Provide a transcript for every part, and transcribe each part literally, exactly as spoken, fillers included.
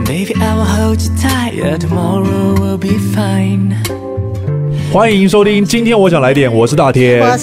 Baby, I will hold you tight. Yeah, tomorrow will be fine. 欢迎收听，今天我想来点，我是大天， 我是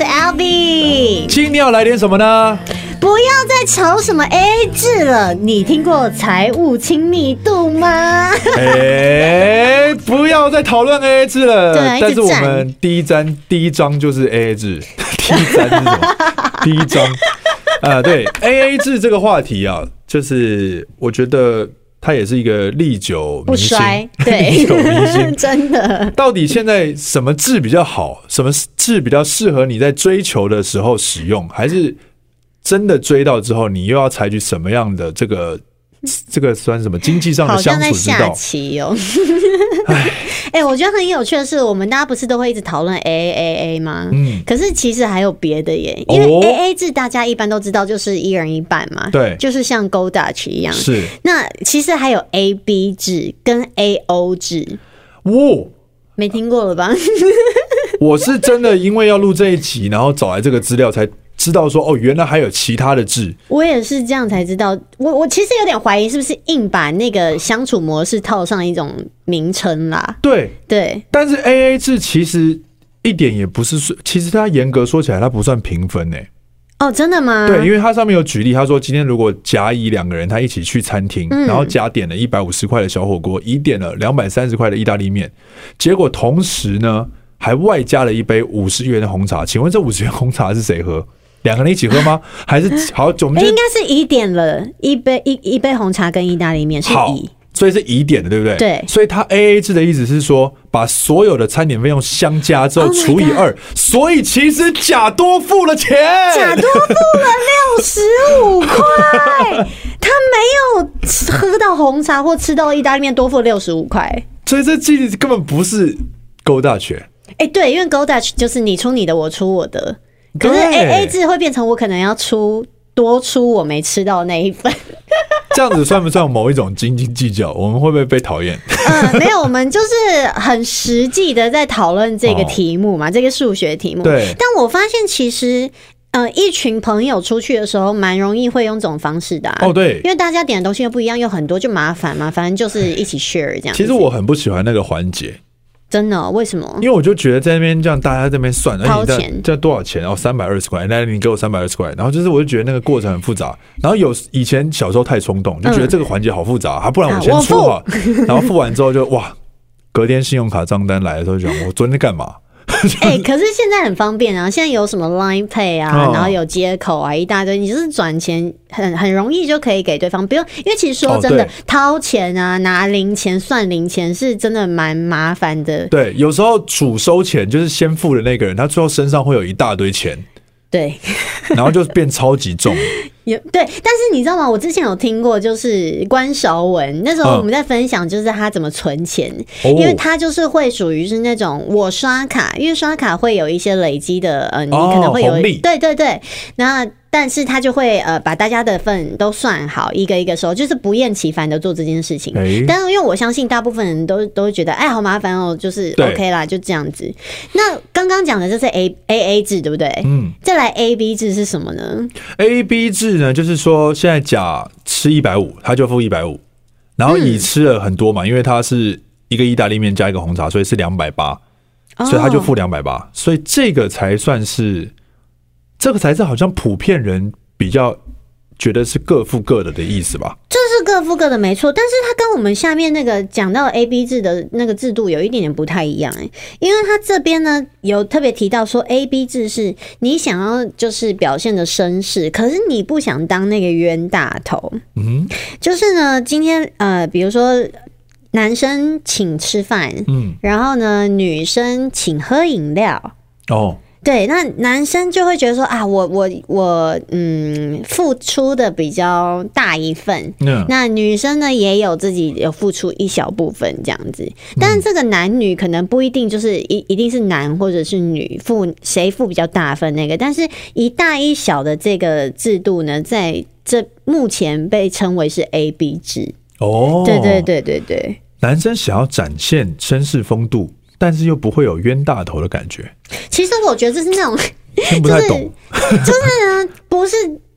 Albee。 今天要来点什么呢？ 不要再吵什么 A A 制了，你听过财务亲密度吗？ 哎、欸，不要再讨论 A A 制了。 对， 但是我们第一章第一章就是 A A 制，第一章是什么？第一章啊、呃，对 A A 制这个话题啊，就是我觉得它也是一个历久弥新， 不衰，对， 历久弥新， 真的。 到底现在什么制比较好？什么制比较适合你在追求的时候使用？还是真的追到之后，你又要采取什么样的这个这个算什么经济上的相处之道？ 好像在下棋哦。哎、欸，我觉得很有趣的是，我们大家不是都会一直讨论 A A A A 吗？嗯，可是其实还有别的耶，因为 A A 制大家一般都知道就是一人一半嘛， 对， 就是像 Go Dutch 一样。 是， 那其实还有 A B 制跟 A O 制， 哦， 没听过了吧？ 我是真的因为要录这一集，然后找来这个资料才知道说，哦，原来还有其他的制。我也是这样才知道。我我其实有点怀疑，是不是硬把那个相处模式套上一种名称啦？ 对对。 但是 A A 制其实一点也不是，其实它严格说起来，它不算评分诶。 哦，真的吗？ 对，因为它上面有举例，他说今天如果甲乙两个人他一起去餐厅，嗯、然后甲点了一百五十块的小火锅，乙点了两百三十块的意大利面，结果同时呢还外加了一杯五十元的红茶，请问这五十元红茶是谁喝？两个人一起喝吗？还是好？我们应该是乙点了一杯一一杯红茶跟意大利面是乙， 所以是乙点的，对不对？ 对。 所以他 A A 制的意思是说，把所有的餐点费用相加之后除以二， oh、所以其实甲多付了钱， 甲多付了六十五块，他没有喝到红茶或吃到意大利面多付六十五块， 所以这其实根本不是Go Dutch。 哎，对，因为 Go Dutch 就是你出你的，我出我的。可是 A A 制会变成我可能要出多出我没吃到那一份， 这样子算不算某一种斤斤计较？我们会不会被讨厌？ 嗯，没有，我们就是很实际的在讨论这个题目嘛，哦、这个数学题目。 对， 但我发现其实。呃，一群朋友出去的时候，蛮容易会用这种方式的、啊。 哦，对， 因为大家点的东西又不一样，又很多，就麻烦嘛。反正就是一起 share 这样。 其实我很不喜欢那个环节。 真的、哦？为什么？ 因为我就觉得在那边这样，大家在那边算， 掏钱， 这多少钱？然后三百二十块，那你给我三百二十块，然后就是我就觉得那个过程很复杂。然后有以前小时候太冲动，就觉得这个环节好复杂，啊，不然我先出好。然后付完之后就哇，隔天信用卡账单来的时候就讲，我昨天在干嘛？ 哎、欸，可是现在很方便啊！现在有什么 Line Pay 啊，哦、然后有接口啊，一大堆，你就是转钱很很容易就可以给对方，不用。因为其实说真的，掏、哦、钱啊、拿零钱、算零钱是真的蛮麻烦的。 对，有时候主收钱就是先付的那个人，他最后身上会有一大堆钱。对，然后就变超级重。 有对，但是你知道吗？我之前有听过，就是关韶文那时候我们在分享，就是他怎么存钱，嗯、因为他就是会属于是那种我刷卡，因为刷卡会有一些累积的，呃，你可能会有、哦、对对对，那但是他就会呃把大家的份都算好，一个一个收，就是不厌其烦的做这件事情。欸、但是因为我相信大部分人都都会觉得，哎，好麻烦哦，就是 OK 啦，就这样子。那刚刚讲的就是 A A A 制，对不对？嗯，再来 A B 制是什么呢 ？A B 制呢，就是说现在甲吃一百五，他就付一百五，然后乙吃了很多嘛，嗯、因为他是一个意大利面加一个红茶，所以是两百八，所以他就付两百八，所以这个才算是。这个才是好像普遍人比较觉得是各付各的的意思吧？ 这是各付各的没错，但是它跟我们下面那个讲到 A B 制的那个制度有一点点不太一样哎、欸，因为它这边呢有特别提到说 A B 制是你想要就是表现的绅士，可是你不想当那个冤大头，嗯，就是呢今天呃比如说男生请吃饭，嗯，然后呢女生请喝饮料，哦。对，那男生就会觉得说啊，我我我嗯，付出的比较大一份，嗯、那女生呢也有自己有付出一小部分这样子，但是这个男女可能不一定就是一一定是男或者是女付谁付比较大份那个，但是一大一小的这个制度呢，在这目前被称为是 A B 制。哦，对对对对对， 男生想要展现绅士风度。但是又不会有冤大头的感觉。 其实我觉得这是那种听不太懂， 就是、就是呢，不是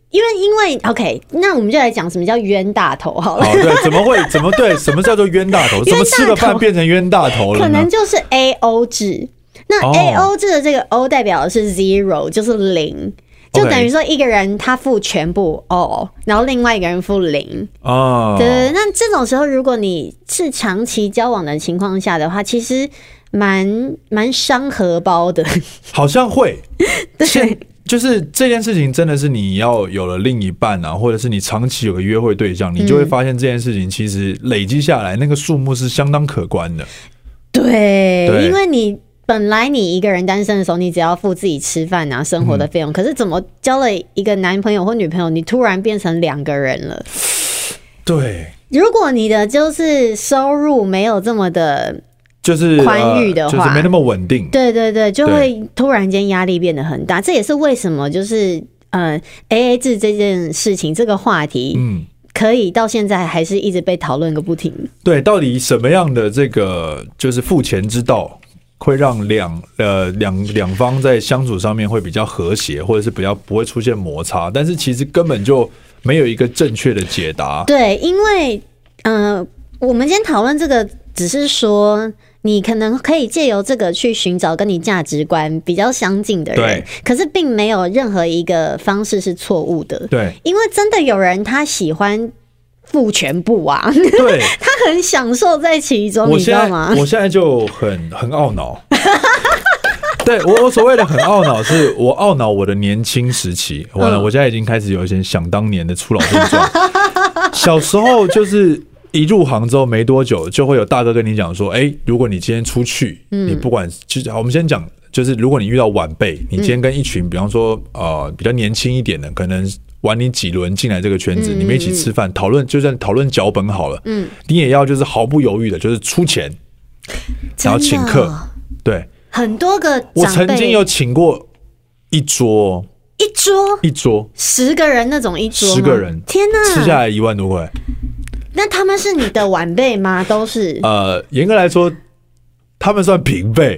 因为因为 OK， 那我们就来讲什么叫冤大头好了。 好，对，怎么会怎么对？什么叫做冤大头？怎么吃了饭变成冤大头了呢？ 可能就是 A O 制。那 A O 制的这个 O 代表的是 zero， 就是零。就等于说一个人他付全部 all， 然后另外一个人付零哦。对，那这种时候如果你是长期交往的情况下的话，其实蛮蛮伤荷包的。 好像会， 对， 就是这件事情真的是你要有了另一半啊，或者是你长期有个约会对象，你就会发现这件事情其实累积下来那个数目是相当可观的。 对，对，因为你。本来你一个人单身的时候，你只要付自己吃饭啊、生活的费用、嗯，可是怎么交了一个男朋友或女朋友，你突然变成两个人了？ 对， 如果你的就是收入没有这么的， 就是宽裕的话、呃， 就是没那么稳定， 对对对，就会突然间压力变得很大。这也是为什么就是呃 A A 制这件事情这个话题，嗯。可以到现在还是一直被讨论个不停。对， 到底什么样的这个就是付钱之道？会让两呃两两方在相处上面会比较和谐，或者是比较不会出现摩擦，但是其实根本就没有一个正确的解答。 对，因为呃，我们今天讨论这个，只是说你可能可以借由这个去寻找跟你价值观比较相近的人，可是并没有任何一个方式是错误的。 对， 因为真的有人他喜欢付全部啊， 对， 他很享受在其中，你知道吗？ 我现在就很很懊恼。对，我我所谓的很懊恼，是我懊恼我的年轻时期。完了，我现在已经开始有一些想当年的初老症状。小时候就是一入行之后没多久，就会有大哥跟你讲说：“哎、欸，如果你今天出去，嗯、你不管，就我们先讲，就是如果你遇到晚辈，你今天跟一群，比方说呃比较年轻一点的，可能。”玩你几轮进来这个圈子，嗯、你们一起吃饭讨论，就算讨论脚本好了，嗯，你也要就是毫不犹豫的，就是出钱，然后请客，对， 很多个长辈， 我曾经有请过一桌， 一桌一桌十个人那种一桌， 十个人， 天哪， 吃下来一万多块。 那他们是你的晚辈吗？都是？ 呃，严格来说。他们算平辈，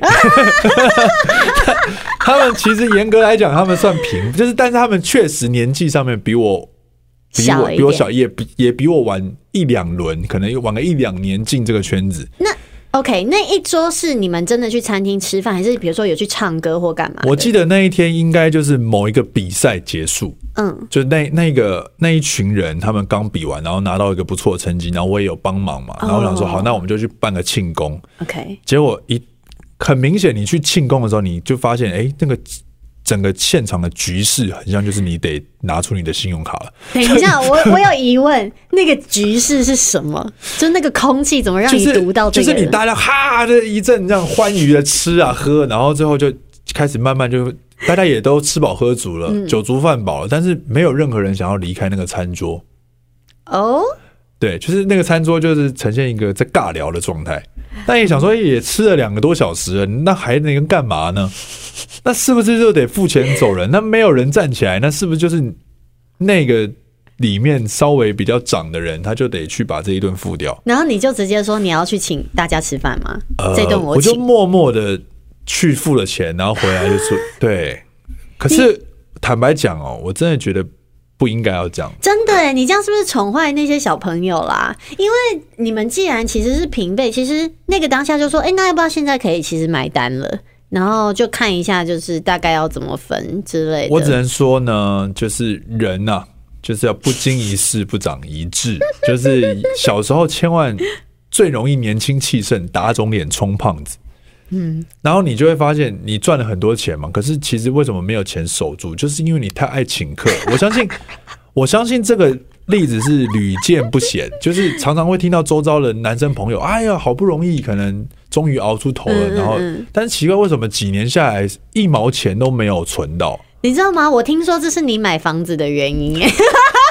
他们其实严格来讲，他们算平，就是但是他们确实年纪上面比我比我比我小，也比也比我晚一两轮，可能晚个一两年进这个圈子。 那 OK， 那一桌是你们真的去餐厅吃饭，还是比如说有去唱歌或干嘛？ 我记得那一天应该就是某一个比赛结束，嗯，就那那个那一群人他们刚比完，然后拿到一个不错的成绩，然后我也有帮忙嘛，然后我想说好，那我们就去办个庆功。 OK， 结果一很明显，你去庆功的时候，你就发现，哎、欸，那个整个现场的局势很像，就是你得拿出你的信用卡了。 等一下，我我有疑问，那个局势是什么？就那个空气怎么让你读到这个？ 就是你大家哈的一阵这样欢愉的吃啊喝，然后最后就开始慢慢就大家也都吃饱喝足了，嗯、酒足饭饱了，但是没有任何人想要离开那个餐桌。 哦， 对，就是那个餐桌就是呈现一个在尬聊的状态。但也想说，也吃了两个多小时了，那还能干嘛呢？那是不是就得付钱走人？那没有人站起来，那是不是就是那个里面稍微比较长的人，他就得去把这一顿付掉？ 然后你就直接说你要去请大家吃饭吗？呃、这顿我请， 我就默默的去付了钱，然后回来就说对。可是坦白讲哦，我真的觉得。不应该要这样， 真的耶，你这样是不是宠坏那些小朋友啦？因为你们既然其实是平辈，其实那个当下就说，哎、欸，那要不要现在可以其实买单了，然后就看一下，就是大概要怎么分之类的。 我只能说呢，就是人呐、啊，就是要不经一事不长一智，就是小时候千万最容易年轻气盛，打肿脸充胖子。嗯，然后你就会发现你赚了很多钱嘛，可是其实为什么没有钱守住，就是因为你太爱请客。我相信我相信这个例子是屡见不鲜，就是常常会听到周遭的男生朋友，哎呀好不容易可能终于熬出头了，然后但是奇怪为什么几年下来一毛钱都没有存到， 你知道吗？我听说这是你买房子的原因耶。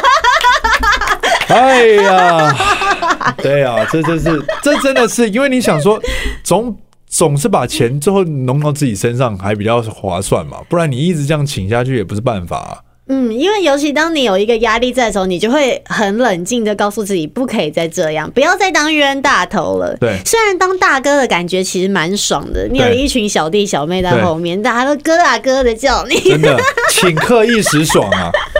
哎呀对啊，这这是这真的是因为你想说总总是把钱最后弄到自己身上还比较划算嘛，不然你一直这样请下去也不是办法、啊。 嗯，因为尤其当你有一个压力在的时候，你就会很冷静的告诉自己，不可以再这样，不要再当冤大头了。 对， 虽然当大哥的感觉其实蛮爽的，你有一群小弟小妹在后面，大家都哥啊哥的叫你， 真的请客一时爽啊。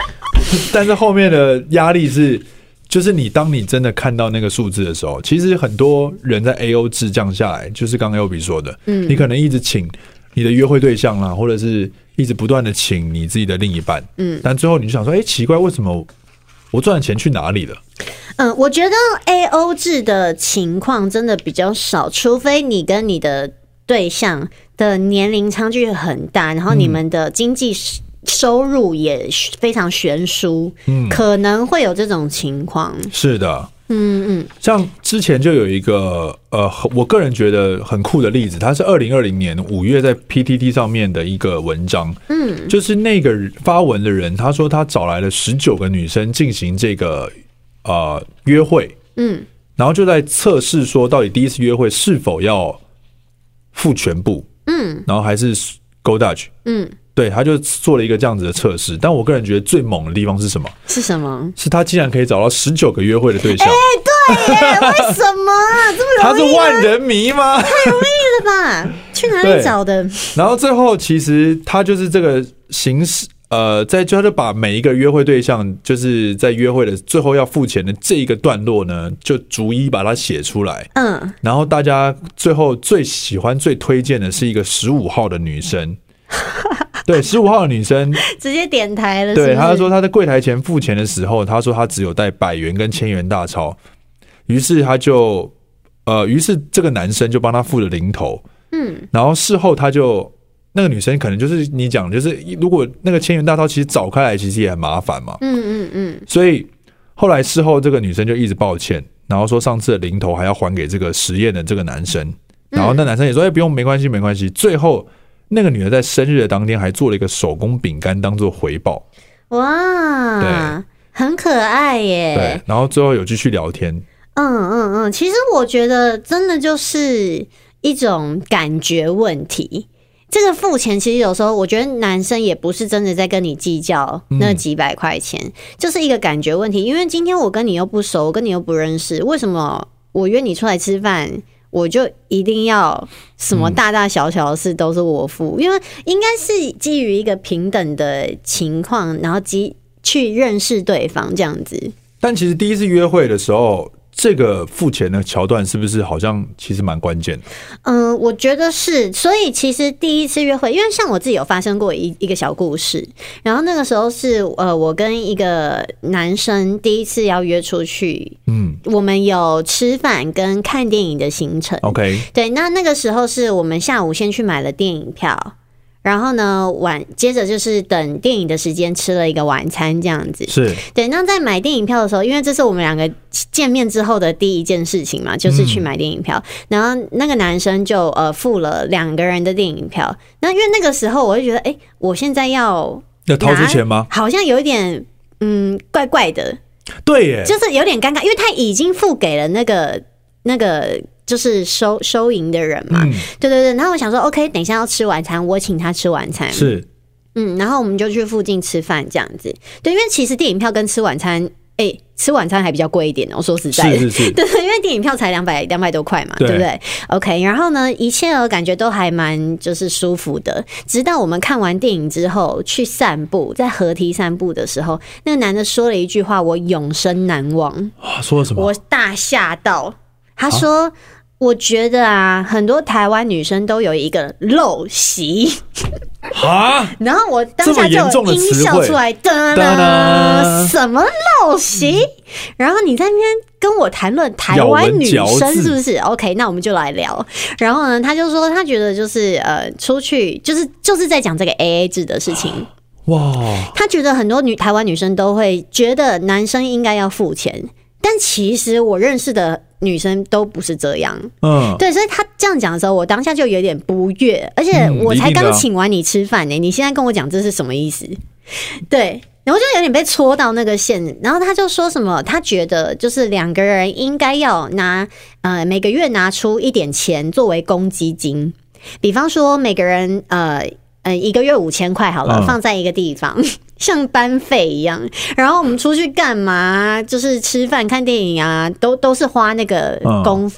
但是后面的压力是，就是你当你真的看到那个数字的时候，其实很多人在 A O 制降下来，就是刚刚 L B 说的，嗯，你可能一直请你的约会对象啦，或者是一直不断的请你自己的另一半，嗯，但最后你就想说，哎、欸，奇怪，为什么我赚的钱去哪里了？ 嗯，我觉得 A O 制的情况真的比较少，除非你跟你的对象的年龄差距很大，然后你们的经济收入也非常悬殊，嗯，可能会有这种情况。是的。嗯嗯， 像之前就有一个呃，我个人觉得很酷的例子，它是二零二零年五月在 P T T 上面的一个文章，嗯，就是那个发文的人，他说他找来了十九个女生进行这个呃约会，嗯，然后就在测试说到底第一次约会是否要付全部，嗯，然后还是 Go Dutch， 嗯。对，他就做了一个这样子的测试，但我个人觉得最猛的地方是什么？ 是什么？ 是他竟然可以找到十九个约会的对象。 哎、欸，对耶，为什么啊？这么容易、啊？ 他是万人迷吗？ 太容易了吧？去哪里找的？ 然后最后其实他就是这个形式，呃，在就他就把每一个约会对象，就是在约会的最后要付钱的这一个段落呢，就逐一把它写出来。嗯，然后大家最后最喜欢、最推荐的是一个十五号的女生。对，十五号的女生直接点台了是不是。 对，她说她在柜台前付钱的时候，她说她只有带百元跟千元大钞，于是她就呃，于是这个男生就帮她付了零头，嗯，然后事后她就那个女生可能就是你讲，就是如果那个千元大钞其实找开来，其实也很麻烦嘛，嗯嗯嗯，所以后来事后这个女生就一直抱歉，然后说上次的零头还要还给这个实验的这个男生，然后那男生也说哎、欸、不用，没关系没关系，最后。那个女的在生日的当天还做了一个手工饼干当做回报， 哇，对，很可爱耶。 对，然后最后有继续聊天。 嗯嗯嗯，其实我觉得真的就是一种感觉问题。这个付钱其实有时候我觉得男生也不是真的在跟你计较那几百块钱，嗯、就是一个感觉问题。因为今天我跟你又不熟，我跟你又不认识，为什么我约你出来吃饭？我就一定要什么大大小小的事都是我付，嗯、因为应该是基于一个平等的情况，然后基去认识对方这样子。 但其实第一次约会的时候，这个付钱的桥段是不是好像其实蛮关键的？ 嗯、呃，我觉得是。所以其实第一次约会，因为像我自己有发生过一一个小故事，然后那个时候是呃，我跟一个男生第一次要约出去，嗯，我们有吃饭跟看电影的行程。 OK， 对，那那个时候是我们下午先去买了电影票。然后呢，晚接着就是等电影的时间吃了一个晚餐，这样子是对。那在买电影票的时候，因为这是我们两个见面之后的第一件事情嘛，就是去买电影票。嗯、然后那个男生就呃付了两个人的电影票。那因为那个时候我就觉得，哎，我现在要要掏出钱吗？ 好像有一点嗯怪怪的， 对耶， 就是有点尴尬，因为他已经付给了那个那个。就是收收银的人嘛，嗯、对对对。然后我想说 ，OK， 等一下要吃晚餐，我请他吃晚餐。 是， 嗯，然后我们就去附近吃饭这样子。对，因为其实电影票跟吃晚餐，哎、欸，吃晚餐还比较贵一点哦。说实在的， 是是是， 对，因为电影票才两百两百多块嘛，对, 对不对 ？OK， 然后呢，一切的感觉都还蛮就是舒服的。直到我们看完电影之后去散步，在河堤散步的时候，那个男的说了一句话，我永生难忘。 啊，说了什么？ 我大吓到。他说。啊我觉得啊，很多台湾女生都有一个陋习啊， 然后我当下就有音效出来，哒哒，什么陋习？然后你在那边跟我谈论台湾女生是不是 ？OK， 那我们就来聊。然后呢，他就说他觉得就是呃，出去就是就是在讲这个 A A 制的事情。哇，他觉得很多女台湾女生都会觉得男生应该要付钱，但其实我认识的。女生都不是这样，嗯，对，所以他这样讲的时候，我当下就有点不悦，而且我才刚请完你吃饭呢、欸，你现在跟我讲这是什么意思？对，然后就有点被戳到那个线，然后他就说什么，他觉得就是两个人应该要拿呃每个月拿出一点钱作为公积金，比方说每个人呃呃一个月五千块好了，嗯、放在一个地方。像班费一样，然后我们出去干嘛？就是吃饭、看电影啊，都都是花那个公费。嗯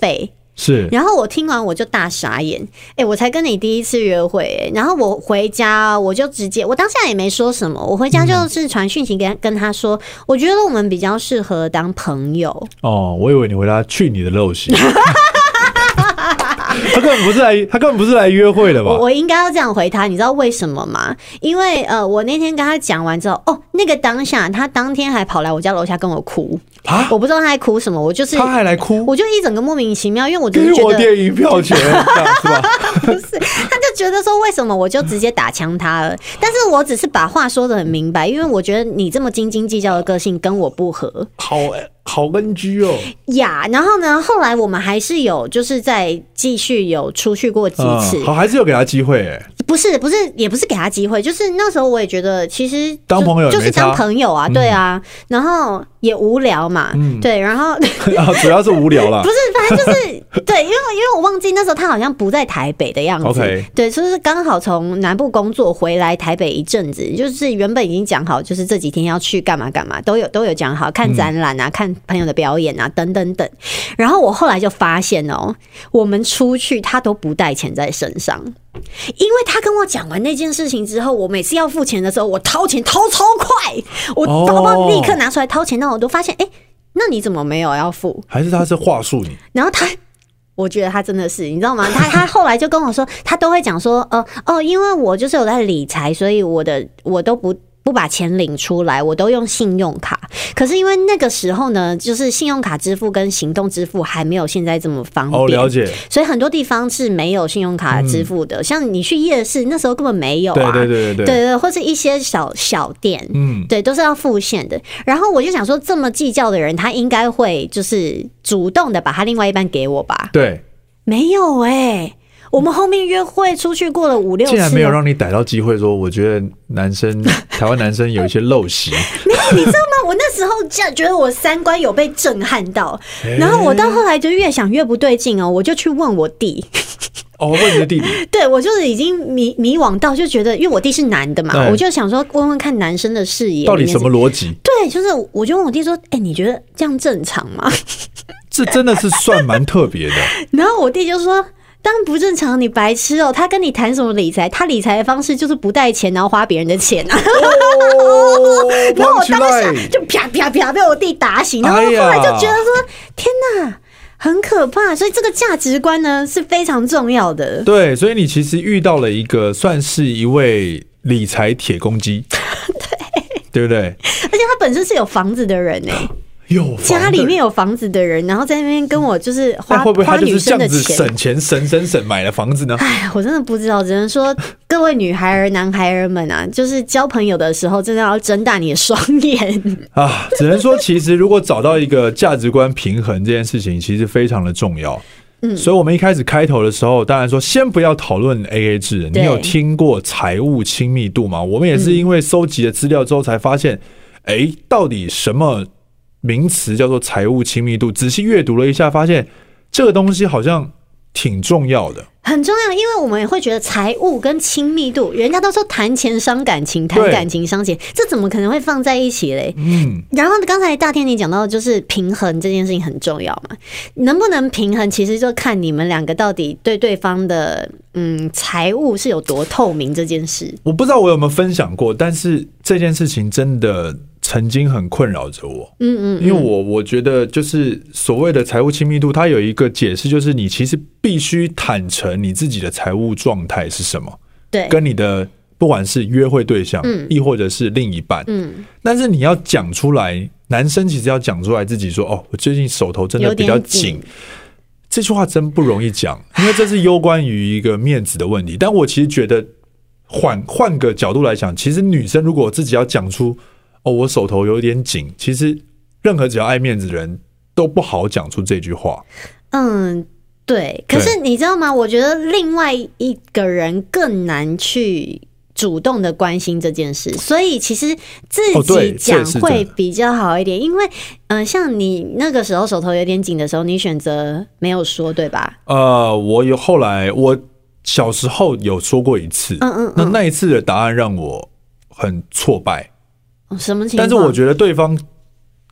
是， 然后我听完我就大傻眼，哎、欸，我才跟你第一次约会、欸，然后我回家我就直接，我当下也没说什么，我回家就是传讯息跟跟他说，我觉得我们比较适合当朋友。 哦，我以为你回答去你的陋习。他根本不是来，他根本不是来约会的吧？ 我我应该要这样回他，你知道为什么吗？因为呃，我那天跟他讲完之后，哦，那个当下他当天还跑来我家楼下跟我哭啊！我不知道他在哭什么，我就是他还来哭， 我就一整个莫名其妙，因为我只是觉得给我电影票钱，是吧？ 不是，他就觉得说为什么我就直接打枪他了？但是我只是把话说得很明白，因为我觉得你这么斤斤计较的个性跟我不合。 好好 N G 哦呀，然后呢，后来我们还是有就是在继续有出去过几次， 嗯、好，还是有给他机会哎。 不是不是，也不是给他机会，就是那时候我也觉得其实当朋友也没差就是当朋友啊，对啊，嗯、然后也无聊嘛，嗯、对，然后主要是无聊啦， 不是，反正就是对，因为因为我忘记那时候他好像不在台北的样子 ，OK， 对，就是刚好从南部工作回来台北一阵子，就是原本已经讲好，就是这几天要去干嘛干嘛，都有都有讲好，看展览啊，嗯、看朋友的表演啊，等等等。然后我后来就发现哦，我们出去他都不带钱在身上。因为他跟我讲完那件事情之后，我每次要付钱的时候，我掏钱掏超快，我包包立刻拿出来掏钱，那我都发现，哎、欸，那你怎么没有要付？ 还是他是话术你？ 然后他，我觉得他真的是，你知道吗？他他后来就跟我说，他都会讲说，哦哦，因为我就是有在理财，所以我的我都不。不把钱领出来，我都用信用卡。可是因为那个时候呢，就是信用卡支付跟行动支付还没有现在这么方便。 哦，了解。 所以很多地方是没有信用卡支付的，嗯、像你去夜市那时候根本没有啊。 对对对对对对，或是一些小小店，嗯，对，都是要付现的。然后我就想说，这么计较的人，他应该会就是主动的把他另外一半给我吧？ 对， 没有哎、欸。我们后面约会出去过了五六次， 竟然没有让你逮到机会说，我觉得男生台湾男生有一些陋习。 没有，你知道吗？我那时候觉得我三观有被震撼到，欸、然后我到后来就越想越不对劲哦，我就去问我弟。 哦，问你的弟弟？ 对，我就是已经迷迷惘到，就觉得因为我弟是男的嘛，我就想说问问看男生的视野到底什么逻辑？ 对，就是我就问我弟说：“哎、欸，你觉得这样正常吗？” 这真的是算蛮特别的。 然后我弟就说。当然不正常，你白痴哦！他跟你谈什么理财？他理财的方式就是不带钱，然后花别人的钱啊！ 哦、 然后我当下就啪啪啪被我弟打醒，然后后来就觉得说：“天哪，很可怕！”所以这个价值观呢是非常重要的。 对，所以你其实遇到了一个算是一位理财铁公鸡，对，对不对？ 而且他本身是有房子的人哎、欸。 有家里面有房子的人，然后在那边跟我就是花会不会他就是这样子省钱省省省买了房子呢？ 哎，我真的不知道，只能说各位女孩儿、男孩儿们啊，就是交朋友的时候，真的要睁大你的双眼啊！只能说，其实如果找到一个价值观平衡这件事情，其实非常的重要。嗯，所以我们一开始开头的时候，当然说先不要讨论 A A 制。你有听过财务亲密度吗？我们也是因为收集了资料之后才发现，哎、欸，到底什么？名词叫做财务亲密度，仔细阅读了一下，发现这个东西好像挺重要的， 很重要，因为我们也会觉得财务跟亲密度，人家都说谈钱伤感情，谈感情伤钱，这怎么可能会放在一起嘞？嗯，然后刚才大天你讲到就是平衡这件事情很重要嘛，能不能平衡，其实就看你们两个到底对对方的嗯财务是有多透明这件事。 我不知道我有没有分享过，但是这件事情真的。曾经很困扰着我，嗯嗯，因为我我觉得就是所谓的财务亲密度，它有一个解释，就是你其实必须坦诚你自己的财务状态是什么， 对， 跟你的不管是约会对象，嗯，亦或者是另一半，嗯，但是你要讲出来，男生其实要讲出来自己说，哦，我最近手头真的比较紧，这句话真不容易讲，因为这是攸关于一个面子的问题。但我其实觉得换换个角度来讲，其实女生如果自己要讲出。哦，我手头有点紧。其实，任何只要爱面子的人都不好讲出这句话。 嗯，对。可是你知道吗？我觉得另外一个人更难去主动的关心这件事，所以其实自己讲会比较好一点。哦、因为，嗯、呃，像你那个时候手头有点紧的时候，你选择没有说，对吧？ 呃，我有后来我小时候有说过一次，嗯嗯嗯，那那一次的答案让我很挫败。 什么情况？ 但是我觉得对方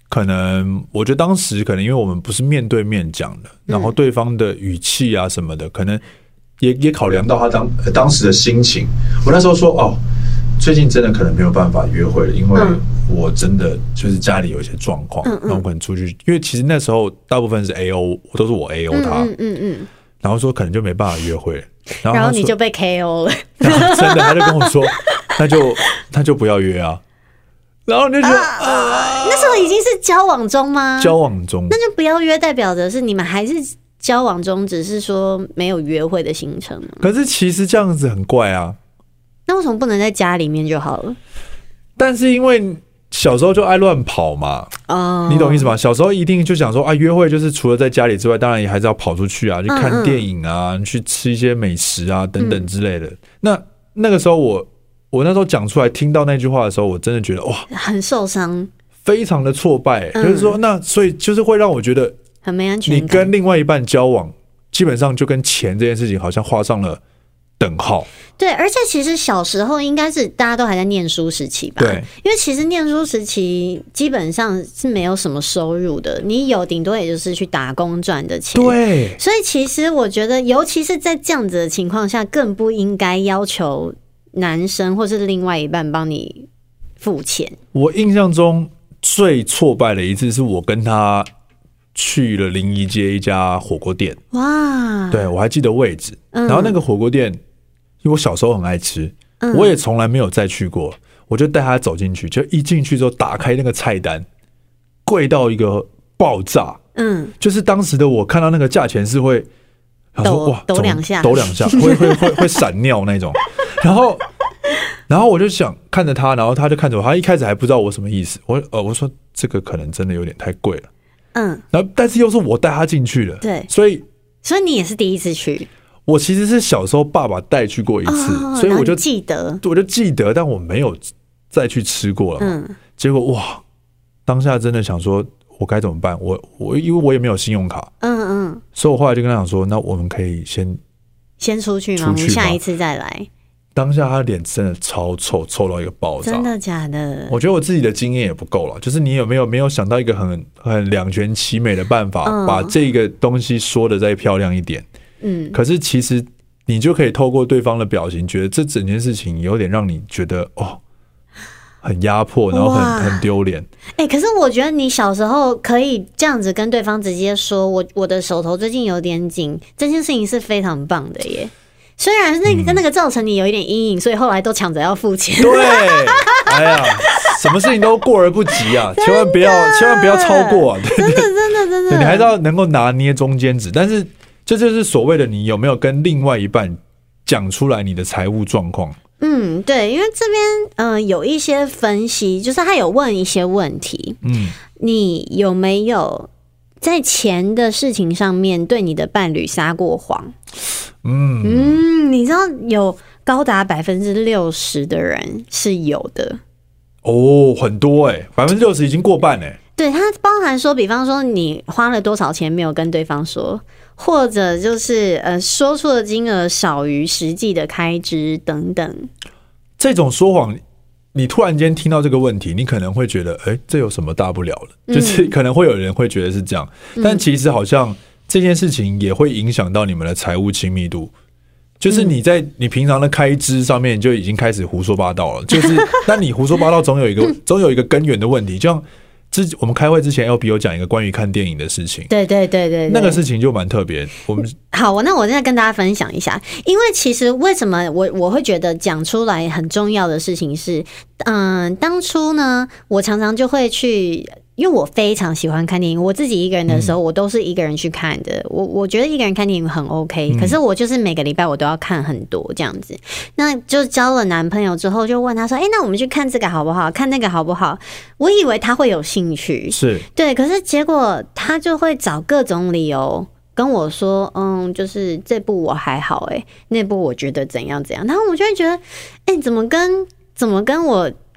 可能我觉得当时可能因为我们不是面对面讲的，然后对方的语气啊什么的，可能也也考量到他当当时的心情。我那时候说哦，最近真的可能没有办法约会了，因为我真的就是家里有一些状况，嗯嗯，然后我可能出去，因为其实那时候大部分是 A O， 都是我 A O 他，嗯嗯嗯，然后说可能就没办法约会了，然后, 然后你就被 K O 了， 然后真的他就跟我说，那就那就不要约啊。然后你就觉得、啊啊、那时候已经是交往中吗？ 交往中， 那就不要约，代表的是你们还是交往中，只是说没有约会的行程吗？ 可是其实这样子很怪啊。 那为什么不能在家里面就好了？ 但是因为小时候就爱乱跑嘛，哦，你懂意思吗？小时候一定就想说啊，约会就是除了在家里之外，当然也还是要跑出去啊，去看电影啊，嗯嗯，去吃一些美食啊等等之类的。嗯、那那个时候我。我那时候讲出来，听到那句话的时候，我真的觉得哇，很受伤， 非常的挫败、嗯。就是说，那所以就是会让我觉得很没安全感。 你跟另外一半交往，基本上就跟钱这件事情好像画上了等号。 对，而且其实小时候应该是大家都还在念书时期吧？ 对， 因为其实念书时期基本上是没有什么收入的，你有顶多也就是去打工赚的钱。 对， 所以其实我觉得，尤其是在这样子的情况下，更不应该要求男生或是另外一半帮你付钱。 我印象中最挫败的一次是我跟他去了临沂街一家火锅店。哇，对，我还记得位置、嗯、然后那个火锅店因为我小时候很爱吃、嗯、我也从来没有再去过，我就带他走进去，就一进去之后打开那个菜单，贵到一个爆炸。嗯，就是当时的我看到那个价钱是会抖哇抖两下， 抖两下会会会会闪尿那种。然后，然后我就想看着他，然后他就看着我，他一开始还不知道我什么意思。我呃我说这个可能真的有点太贵了，嗯，然后但是又是我带他进去的， 对， 所以所以你也是第一次去。 我其实是小时候爸爸带去过一次，哦、所以我就记得， 我就记得，但我没有再去吃过了嘛。嗯，结果哇，当下真的想说，我该怎么办？我我因为我也没有信用卡，嗯嗯，所以我后来就跟他讲说，那我们可以先先出去吗？我们下一次再来。 当下他的脸真的超臭，臭到一个爆炸。 真的假的？ 我觉得我自己的经验也不够了，就是你有没有没有想到一个很很两全其美的办法，嗯、把这个东西说的再漂亮一点？嗯，可是其实你就可以透过对方的表情，觉得这整件事情有点让你觉得哦，很压迫，然后很很丢脸。 哎、欸，可是我觉得你小时候可以这样子跟对方直接说，我我的手头最近有点紧，这件事情是非常棒的耶。虽然那个、嗯、那个造成你有一点阴影，所以后来都抢着要付钱。 对，哎呀，什么事情都过而不及啊，千万不要，千万不要超过啊！ 真的，真的，真的， 你还是要能够拿捏中间值。但是这就是所谓的你有没有跟另外一半讲出来你的财务状况。 嗯，对，因为这边嗯、呃、有一些分析，就是他有问一些问题，嗯，你有没有在钱的事情上面对你的伴侣撒过谎？嗯嗯，你知道有高达百分之六十的人是有的哦，很多哎、欸，百分之六十已经过半哎、欸。 对，它包含说，比方说你花了多少钱没有跟对方说，或者就是呃说出的金额少于实际的开支等等。 这种说谎，你突然间听到这个问题，你可能会觉得，哎、欸，这有什么大不了的？就是可能会有人会觉得是这样，嗯、但其实好像这件事情也会影响到你们的财务亲密度。就是你在你平常的开支上面就已经开始胡说八道了，就是那你胡说八道总有一个总有一个根源的问题，就像之我们开会之前 L B 有讲一个关于看电影的事情， 对对对 对, 对， 那个事情就蛮特别。我们好，那我现在跟大家分享一下，因为其实为什么我我会觉得讲出来很重要的事情是，嗯、呃，当初呢，我常常就会去。因为我非常喜欢看电影，我自己一个人的时候，我都是一个人去看的。我我觉得一个人看电影很 OK， 可是我就是每个礼拜我都要看很多这样子。那就交了男朋友之后，就问他说：“哎、欸，那我们去看这个好不好？看那个好不好？”我以为他会有兴趣， 是对，可是结果他就会找各种理由跟我说：“嗯，就是这部我还好、欸，哎，那部我觉得怎样怎样。”然后我就会觉得，哎、欸，怎么跟怎么跟我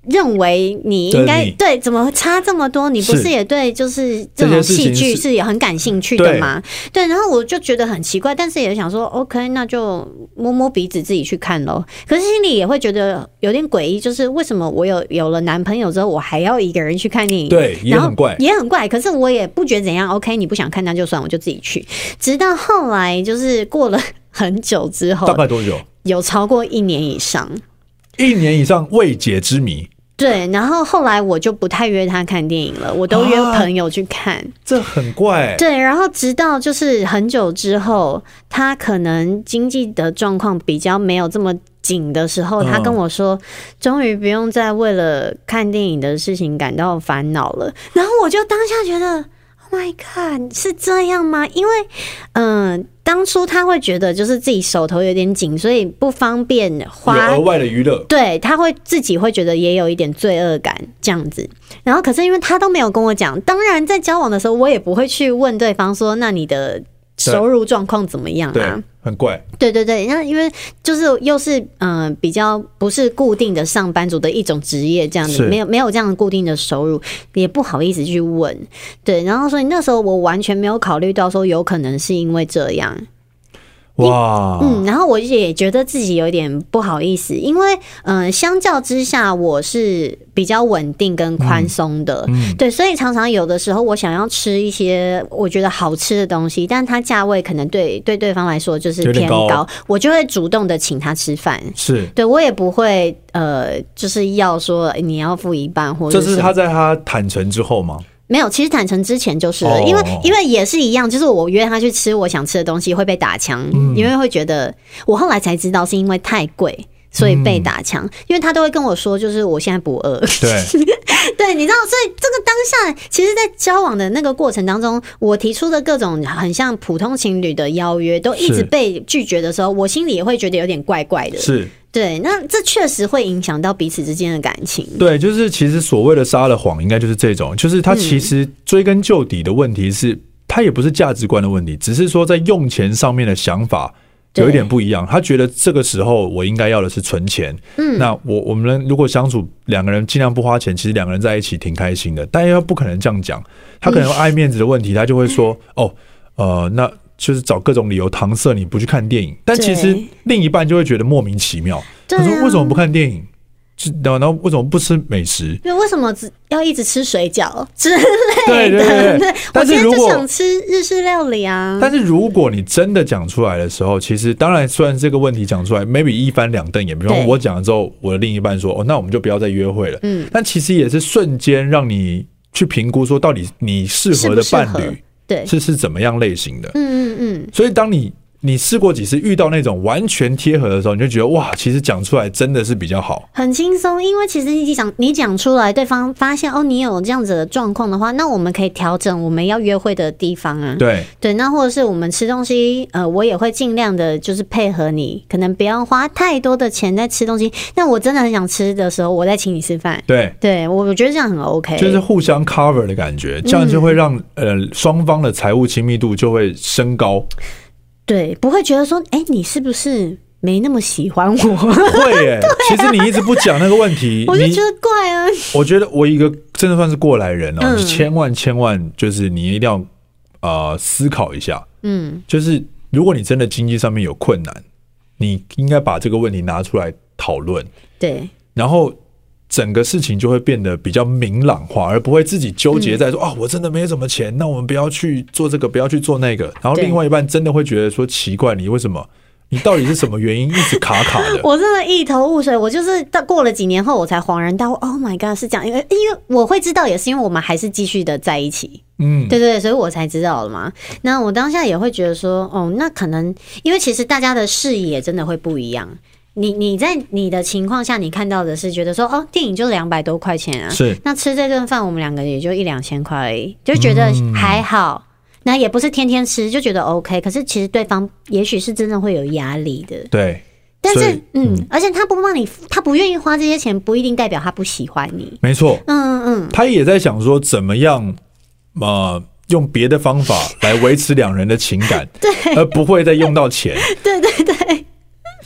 认为你应该对，怎么差这么多？你不是也对就是这种戏剧是也很感兴趣的吗？对，然后我就觉得很奇怪，但是也想说 OK， 那就摸摸鼻子自己去看咯。可是心里也会觉得有点诡异，就是为什么我有有了男朋友之后，我还要一个人去看电影？ 对，也很怪， 也很怪。可是我也不觉得怎样 ，OK， 你不想看那就算，我就自己去。直到后来就是过了很久之后， 大概多久？ 有超过一年以上， 一年以上未解之谜。 对，然后后来我就不太约他看电影了，我都约朋友去看，啊、 这很怪。 对，然后直到就是很久之后，他可能经济的状况比较没有这么紧的时候，他跟我说，终于不用再为了看电影的事情感到烦恼了。然后我就当下觉得 ，Oh my God， 是这样吗？因为，嗯、呃。当初他会觉得就是自己手头有点紧，所以不方便花有额外的娱乐， 对，他会自己会觉得也有一点罪恶感这样子。然后可是因为他都没有跟我讲，当然在交往的时候我也不会去问对方说那你的收入状况怎么样啊？ 对，很怪。 对对对，那因为就是又是嗯、呃、比较不是固定的上班族的一种职业，这样子没有没有这样的固定的收入，也不好意思去问。对，然后所以那时候我完全没有考虑到说有可能是因为这样。 哇， 嗯，然后我也觉得自己有点不好意思，因为嗯、呃，相较之下我是比较稳定跟宽松的、嗯嗯，对，所以常常有的时候我想要吃一些我觉得好吃的东西，但它价位可能对对对方来说就是偏高，高我就会主动的请他吃饭， 是对我也不会呃，就是要说你要付一半或者这是他在他坦诚之后吗？ 没有，其实坦诚之前就是了，因为因为也是一样，就是我约他去吃我想吃的东西会被打枪、嗯，因为会觉得我后来才知道是因为太贵，所以被打枪、嗯，因为他都会跟我说，就是我现在不饿， 对对，你知道，所以这个当下，其实，在交往的那个过程当中，我提出的各种很像普通情侣的邀约，都一直被拒绝的时候，我心里也会觉得有点怪怪的， 是。 对，那这确实会影响到彼此之间的感情。 对，就是其实所谓的撒了谎，应该就是这种，就是他其实追根究底的问题是，他也不是价值观的问题，只是说在用钱上面的想法有一点不一样。他觉得这个时候我应该要的是存钱，嗯，那我我们如果相处两个人尽量不花钱，其实两个人在一起挺开心的。但又不可能这样讲，他可能爱面子的问题，他就会说，哦，呃，那。就是找各种理由搪塞你不去看电影，但其实另一半就会觉得莫名其妙。他说：“为什么不看电影？然后为什么不吃美食？ 因为为什么只要一直吃水饺之类的？ 对对 对, 对。 我今天就想吃日式料理啊。 但是如果你真的讲出来的时候，其实当然，虽然这个问题讲出来 ，maybe 一翻两瞪眼。比方我讲了之后，我的另一半说：‘哦，那我们就不要再约会了。’嗯，但其实也是瞬间让你去评估说，到底你适合的伴侣。对，是是怎么样类型的？嗯嗯嗯。所以当你你试过几次遇到那种完全贴合的时候，你就觉得哇，其实讲出来真的是比较好， 很轻松。因为其实你讲你讲出来，对方发现哦，你有这样子的状况的话，那我们可以调整我们要约会的地方啊。 对对，那或者是我们吃东西，呃，我也会尽量的，就是配合你，可能不要花太多的钱在吃东西。那我真的很想吃的时候，我再请你吃饭。 对对，我我觉得这样很 OK， 就是互相 cover 的感觉，这样就会让、嗯、呃双方的财务亲密度就会升高。 对，不会觉得说，哎、欸，你是不是没那么喜欢我？ 会耶、欸啊，其实你一直不讲那个问题， 我就觉得怪啊。 我觉得我一个真的算是过来人哦、喔嗯，千万千万就是你一定要呃思考一下，嗯，就是如果你真的经济上面有困难，你应该把这个问题拿出来讨论， 对， 然后。整个事情就会变得比较明朗化，而不会自己纠结在说、嗯、啊，我真的没什么钱，那我们不要去做这个，不要去做那个。然后另外一半真的会觉得说奇怪，你为什么？你到底是什么原因一直卡卡的？ 我真的一头雾水。我就是到过了几年后，我才恍然大悟。Oh my god， 是这样，因为因为我会知道，也是因为我们还是继续的在一起。嗯，对对，所以我才知道了嘛。那我当下也会觉得说，哦，那可能因为其实大家的视野真的会不一样。你你在你的情况下，你看到的是觉得说，哦，电影就两百多块钱啊， 是那吃这顿饭我们两个也就一两千块而已，就觉得还好。嗯，那也不是天天吃，就觉得 OK。可是其实对方也许是真的会有压力的， 对。 但是嗯，嗯，而且他不帮你，他不愿意花这些钱，不一定代表他不喜欢你。 没错， 嗯嗯， 他也在想说怎么样，呃，用别的方法来维持两人的情感， 对， 而不会再用到钱。 对对对。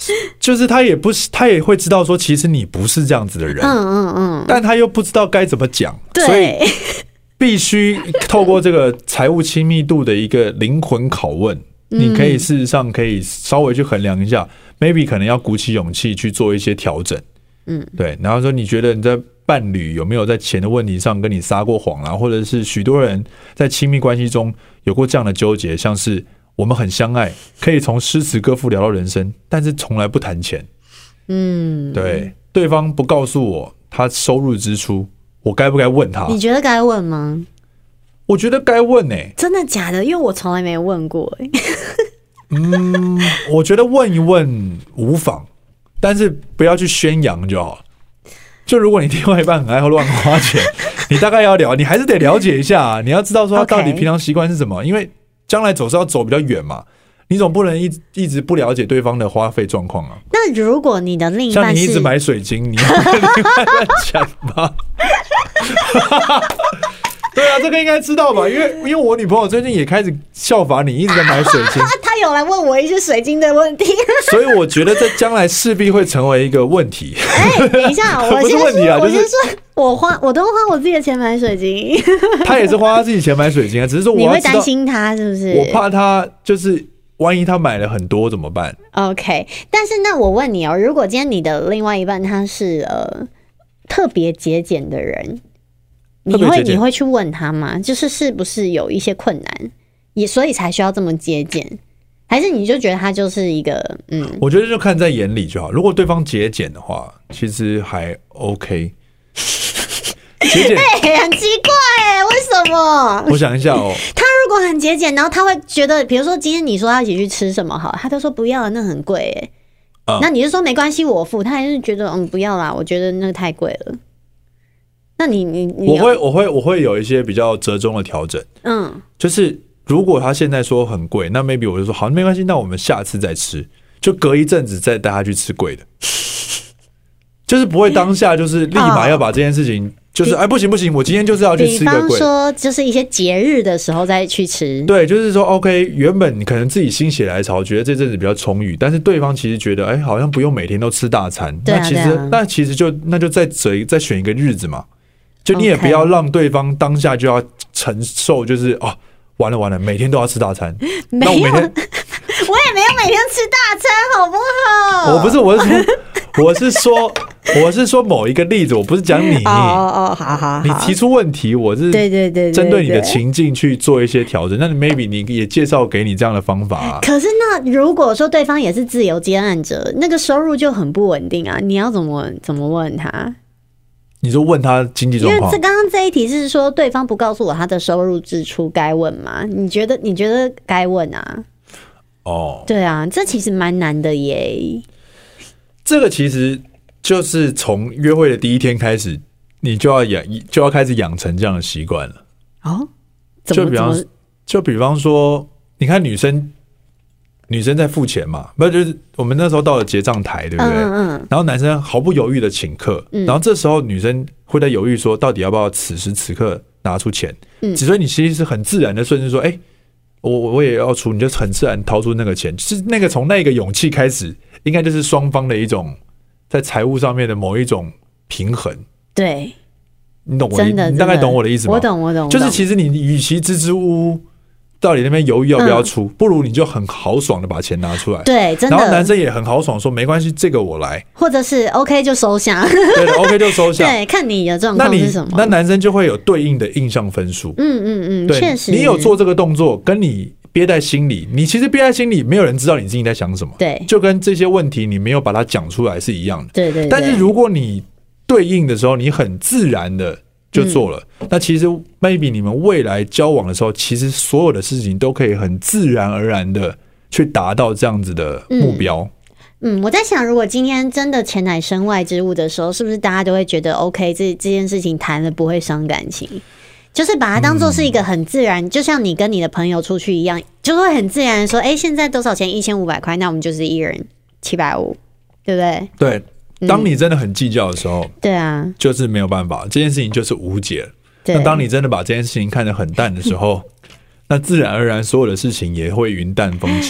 就是他也不是，他也会知道说，其实你不是这样子的人， 嗯嗯嗯， 但他又不知道该怎么讲， 对， 所以必须透过这个财务亲密度的一个灵魂拷问， 嗯、 你可以事实上可以稍微去衡量一下 ，maybe 可能要鼓起勇气去做一些调整，嗯，对，然后说你觉得你在伴侣有没有在钱的问题上跟你撒过谎啊，或者是许多人在亲密关系中有过这样的纠结，像是我们很相爱，可以从诗词歌赋聊到人生，但是从来不谈钱。嗯，对，对方不告诉我他收入支出，我该不该问他？ 你觉得该问吗？ 我觉得该问诶、欸。 真的假的？因为我从来没问过诶、欸。 嗯，我觉得问一问无妨，但是不要去宣扬就好。就如果你另外一半很爱乱花钱，你大概要了，你还是得了解一下、啊，你要知道说他到底平常习惯是什么， okay. 因为将来走是要走比较远嘛，你总不能一一直不了解对方的花费状况啊。 那如果你的另一半像你一直买水晶，你要跟另外一半讲吗？对啊，这个应该知道吧？因为因为我女朋友最近也开始效法你，一直在买水晶。 她有来问我一些水晶的问题， 所以我觉得这将来势必会成为一个问题。 哎、欸，等一下，我先说， 不是问题啊， 我先说，我花我都花我自己的钱买水晶。 他也是花他自己钱买水晶啊，只是说我你会担心他是不是？ 我怕他就是万一他买了很多怎么办 ？OK， 但是那我问你哦，如果今天你的另外一半他是呃特别节俭的人。你会你会去问他吗？就是是不是有一些困难，也所以才需要这么节俭，还是你就觉得他就是一个嗯？ 我觉得就看在眼里就好。如果对方节俭的话，其实还 OK。节俭哎、欸，很奇怪哎，为什么？ 我想一下哦， 他如果很节俭，然后他会觉得，比如说今天你说要一起去吃什么好，他都说不要了，那很贵哎、嗯。那你就说没关系，我付，他还是觉得嗯不要啦，我觉得那个太贵了。那你你你我会我会我会有一些比较折中的调整，嗯，就是如果他现在说很贵，那 maybe 我就说好，没关系，那我们下次再吃，就隔一阵子再带他去吃贵的，就是不会当下就是立马要把这件事情，就是哎不行不行，我今天就是要去吃个贵的。 比方说，就是一些节日的时候再去吃， 对，就是说 OK， 原本你可能自己心血来潮，觉得这阵子比较充裕，但是对方其实觉得哎好像不用每天都吃大餐， 对啊、 那其实、啊、那其实就那就再择再选一个日子嘛。就你也不要让对方当下就要承受，就是哦，完了完了，每天都要吃大餐。那我每天，我也没有每天吃大餐，好不好？ 我不是，我是说，我是说，我是说某一个例子，我不是讲你。 哦哦，好好好。 你提出问题，我是对对对， 针对你的情境去做一些调整。那你 maybe 你也介绍给你这样的方法啊。 可是那如果说对方也是自由接案者，那个收入就很不稳定啊，你要怎么怎么问他？ 你就问他经济状况， 因为这刚刚这一题是说对方不告诉我他的收入支出该问吗？你觉得你觉得该问啊？哦，对啊，这其实蛮难的耶。 这个其实就是从约会的第一天开始，你就要养就要开始养成这样的习惯了。哦，就比方就比方说，你看女生。女生在付钱嘛，不就是我们那时候到了结账台，对不对？嗯嗯。然后男生毫不犹豫的请客，嗯、然后这时候女生会在犹豫说，到底要不要此时此刻拿出钱？嗯。所以你其实是很自然的顺势说，哎、欸，我我也要出，你就很自然掏出那个钱，就是那个从那个勇气开始，应该就是双方的一种在财务上面的某一种平衡。对，你懂我的，你大概懂我的意思吗？ 我懂，我懂。 就是其实你与其支支吾吾。到底那边犹豫要不要出、嗯，不如你就很豪爽的把钱拿出来。 对，真的。 然后男生也很豪爽说没关系，这个我来， 或者是 OK 就收下。 对的 ，OK 就收下。 对，看你的状况是什么。 那男生就会有对应的印象分数。 嗯嗯嗯，确实。 你有做这个动作，跟你憋在心里，你其实憋在心里，没有人知道你自己在想什么。对，就跟这些问题你没有把它讲出来是一样的。 对 对, 对。 但是如果你对应的时候，你很自然的。就做了、嗯，那其实 maybe 你们未来交往的时候，其实所有的事情都可以很自然而然的去达到这样子的目标。 嗯，嗯我在想，如果今天真的钱乃身外之物的时候，是不是大家都会觉得 OK， 这这件事情谈了不会伤感情，就是把它当做是一个很自然、嗯，就像你跟你的朋友出去一样，就会很自然的说，哎、欸，现在多少钱？一千五百块，那我们就是一人七百五，对不对？ 对。当你真的很计较的时候， 对啊， 就是没有办法，这件事情就是无解了。那当你真的把这件事情看得很淡的时候，那自然而然所有的事情也会云淡风轻。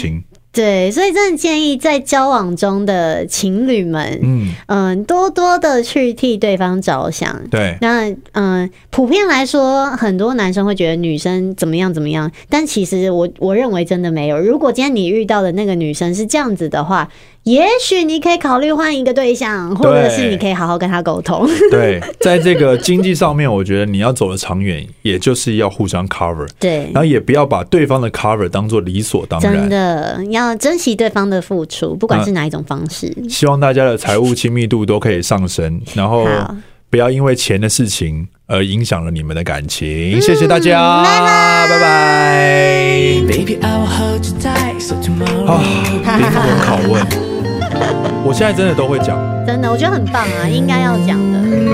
对，所以真的建议在交往中的情侣们，嗯嗯、呃，多多的去替对方着想。 对， 那嗯、呃，普遍来说，很多男生会觉得女生怎么样怎么样，但其实我我认为真的没有。如果今天你遇到的那个女生是这样子的话，也许你可以考虑换一个对象，或者是你可以好好跟他沟通。 对，在这个经济上面，我觉得你要走的长远，也就是要互相 cover。对，然后也不要把对方的 cover 当作理所当然。 真的要珍惜对方的付出，不管是哪一种方式。 嗯、希望大家的财务亲密度都可以上升，然后不要因为钱的事情而影响了你们的感情。嗯、谢谢大家，拜拜，拜拜。Baby, I will hold you tight, so tomorrow. 啊，灵魂拷问。我现在真的都会讲， 真的，我觉得很棒啊，应该要讲的。